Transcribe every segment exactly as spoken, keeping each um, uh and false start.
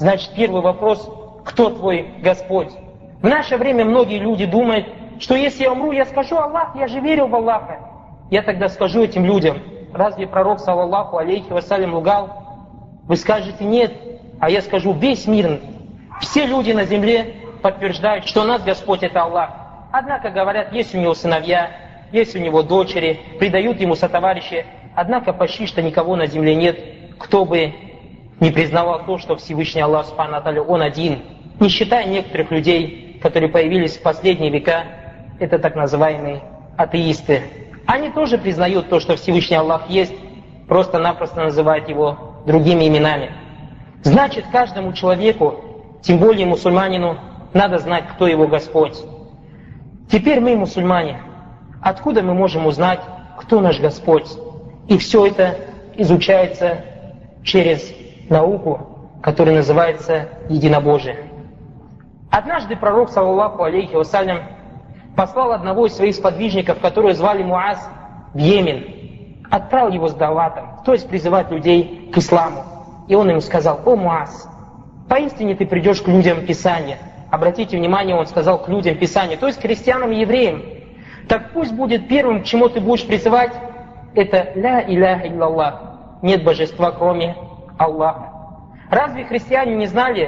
значит первый вопрос, кто твой Господь? В наше время многие люди думают, что если я умру, я скажу Аллах, я же верю в Аллаха. Я тогда скажу этим людям, разве пророк, саллаллаху алейхи вассалям, лгал? Вы скажете нет, а я скажу весь мир, все люди на земле подтверждают, что у нас Господь это Аллах. Однако говорят, есть у него сыновья, есть у него дочери, предают ему сотоварищи. Однако почти что никого на земле нет, кто бы не признавал то, что Всевышний Аллах Субхану ва Тааля, Он один. Не считая некоторых людей, которые появились в последние века, это так называемые атеисты. Они тоже признают то, что Всевышний Аллах есть, просто-напросто называют его другими именами. Значит, каждому человеку, тем более мусульманину, надо знать, кто его Господь. Теперь мы, мусульмане, откуда мы можем узнать, кто наш Господь? И все это изучается через науку, которая называется единобожие. Однажды пророк, саллаллаху алейхи вассалям, послал одного из своих сподвижников, которого звали Муаз, в Йемен, отправил его с даватом, то есть призывать людей к исламу. И он ему сказал: «О, Муаз, поистине ты придешь к людям Писания». Обратите внимание, он сказал к людям Писания, то есть к христианам и евреям. Так пусть будет первым, к чему ты будешь призывать, это «Ля иляха илляллах», нет божества, кроме Аллаха. Разве христиане не знали,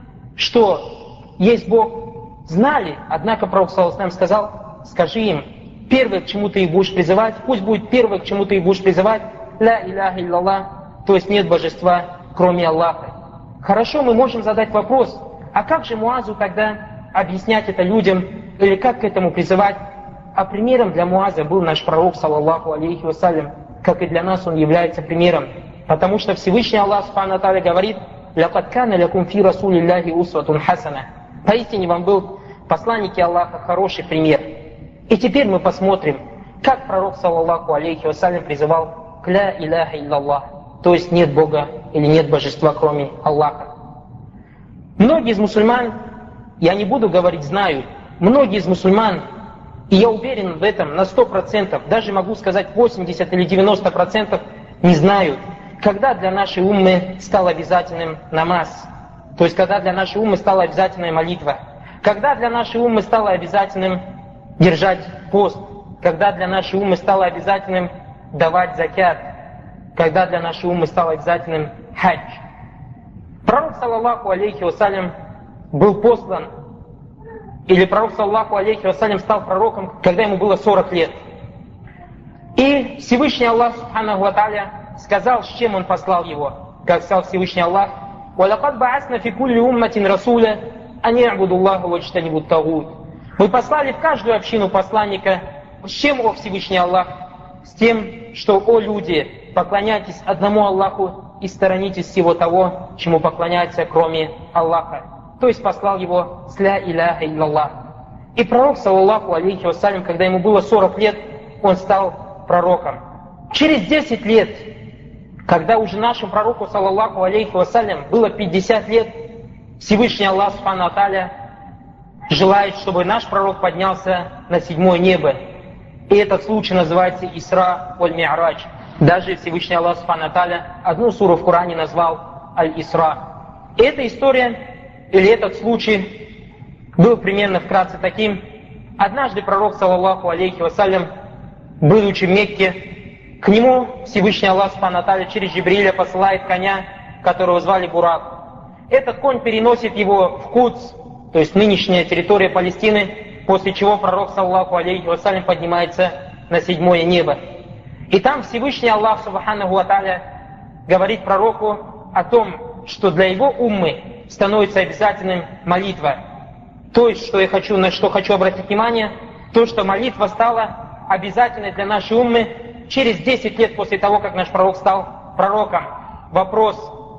что есть Бог? Знали, однако пророк саллаллаху алейхи ва саллям сказал: скажи им, первое, к чему ты их будешь призывать, пусть будет первое, к чему ты их будешь призывать, «Ля иляха илляллах», то есть нет божества, кроме Аллаха. Хорошо, мы можем задать вопрос, а как же Муазу тогда объяснять это людям, или как к этому призывать? А примером для Муаза был наш пророк, саллаллаху алейхи вассалям, как и для нас он является примером. Потому что Всевышний Аллах Субхану ва Тааля говорит: «Лакад кана лякум фи расулиллахи усватун хасана». Поистине вам был в посланнике Аллаха хороший пример. И теперь мы посмотрим, как пророк, саллаллаху алейхи вассалям, призывал к «Ля иляха илляллах», то есть нет Бога или нет божества, кроме Аллаха. Многие из мусульман, я не буду говорить знают, многие из мусульман, и я уверен в этом на сто процентов, даже могу сказать восемьдесят или девяносто процентов, не знают, когда для нашей уммы стал обязательным намаз, то есть когда для нашей уммы стала обязательная молитва, когда для нашей уммы стало обязательным держать пост, когда для нашей уммы стало обязательным давать закят, когда для нашей уммы стало обязательным хадж. Пророк, саллаллаху алейхи вассалям, был послан, или пророк, саллаллаху алейхи вассалям, стал пророком, когда ему было сорок лет. И Всевышний Аллах, субханаху ва тааля, сказал, с чем он послал его. Как сказал Всевышний Аллах: «Валакад баасна фи кулли умматин расуля, ан и'буду Аллаха ваджтанибу ат-тагут». Мы послали в каждую общину посланника. С чем, о Всевышний Аллах? С тем, что, о люди, поклоняйтесь одному Аллаху и сторонитесь всего того, чему поклоняются, кроме Аллаха. То есть послал его с «Ля иляха илляллах». И пророк, саллаллаху алейхи вассалям, когда ему было сорок лет, он стал пророком. Через десять лет, когда уже нашему пророку, саллаллаху алейхи вассалям, было пятьдесят лет, Всевышний Аллах Субхану ва Тааля желает, чтобы наш пророк поднялся на седьмое небо. И этот случай называется Исра валь Ми'радж. Даже Всевышний Аллах Субхану ва Тааля одну суру в Коране назвал Аль-Исра. И эта история, или этот случай, был примерно вкратце таким. Однажды пророк, саллаллаху алейхи вассалям, будучи в Мекке, к нему Всевышний Аллах Субхану ва Тааля через Джибриля посылает коня, которого звали Бурак. Этот конь переносит его в Кудс, то есть нынешняя территория Палестины, после чего пророк, саллаллаху алейхи вассалям, поднимается на седьмое небо. И там Всевышний Аллах, субханаху ва тааля, говорит пророку о том, что для его уммы становится обязательным молитва. То есть, что я хочу, на что хочу обратить внимание, то, что молитва стала обязательной для нашей уммы через десять лет после того, как наш пророк стал пророком. Вопрос: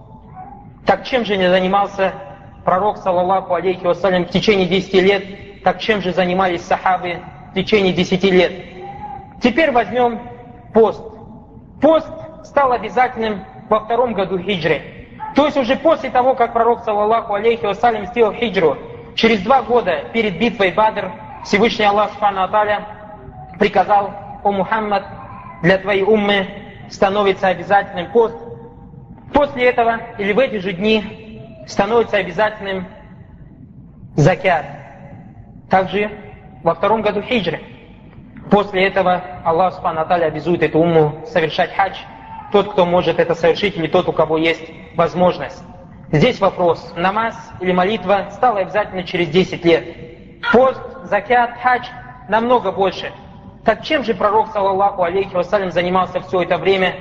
так чем же не занимался пророк, саллаллаху алейхи вассалям, в течение десяти лет? Так чем же занимались сахабы в течение десяти лет? Теперь возьмем пост. Пост стал обязательным во втором году хиджры. То есть уже после того, как пророк, саллаллаху алейхи вассалям, сделал хиджру, через два года перед битвой Бадр, Всевышний Аллах Субхану ва Тааля приказал: «О Мухаммад, для твоей уммы становится обязательным пост». После этого, или в эти же дни, становится обязательным закят. Также во втором году хиджры. После этого Аллах Субхану ва Тааля обязует эту умму совершать хадж. Тот, кто может это совершить, или тот, у кого есть возможность. Здесь вопрос: намаз или молитва стала обязательно через десять лет. Пост, закят, хадж намного больше. Так чем же пророк, саллаллаху алейхи вассалям, занимался все это время?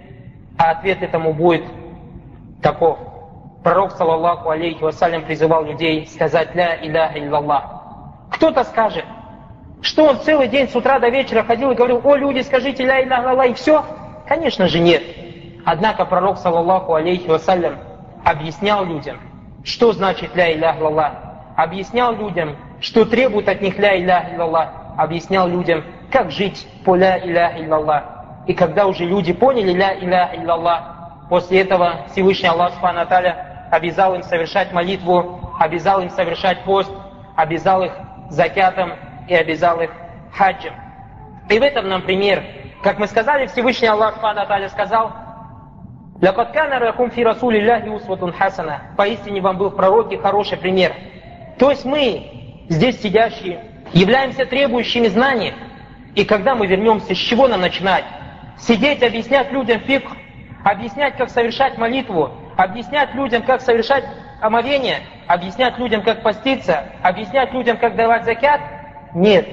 А ответ этому будет таков. Пророк, саллаллаху алейхи вассалям, призывал людей сказать ля иляха илляллах. Кто-то скажет, что он целый день с утра до вечера ходил и говорил: о, люди, скажите ля иляха илляллах, и все? Конечно же нет. Однако пророк, саллаллаху алейхи вассалям, объяснял людям, что значит ля иляха илляллах. Объяснял людям, что требует от них ля иляха илляллах. Объяснял людям, как жить по ля иляха илляллах. И когда уже люди поняли ля иляха илляллах, после этого Всевышний Аллах Субхану ва Тааля обязал им совершать молитву, обязал им совершать пост, обязал их закятом и обязал их хаджем. И в этом нам пример. Как мы сказали, Всевышний Аллах Субхану ва Тааля сказал: «Лакад кана лакум фи расулиллахи усватун хасана». Поистине вам был в пророке хороший пример. То есть мы, здесь сидящие, являемся требующими знаний. И когда мы вернемся, с чего нам начинать? Сидеть, объяснять людям фикх, объяснять, как совершать молитву, объяснять людям, как совершать омовение, объяснять людям, как поститься, объяснять людям, как давать закят? Нет.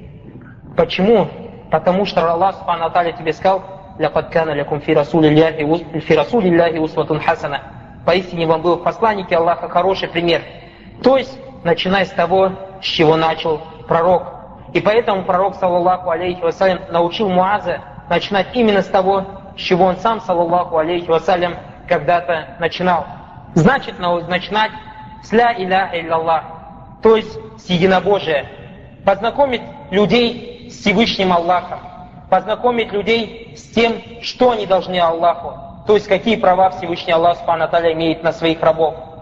Почему? Потому что Аллах Субхану ва Тааля тебе сказал: «Лакад кана лакум фи расулиллахи усватун хасана». Поистине вам был в посланнике Аллаха хороший пример. То есть, начиная с того, с чего начал пророк. И поэтому пророк, саллаллаху алейхи вассалям, научил Муаза начинать именно с того, с чего он сам, саллаллаху алейхи вассалям, когда-то начинал. Значит, начинать с ля иляха илляллах, то есть с единобожия. Познакомить людей с Всевышним Аллахом. Познакомить людей с тем, что они должны Аллаху. То есть какие права Всевышний Аллах Субхану ва Тааля имеет на своих рабов.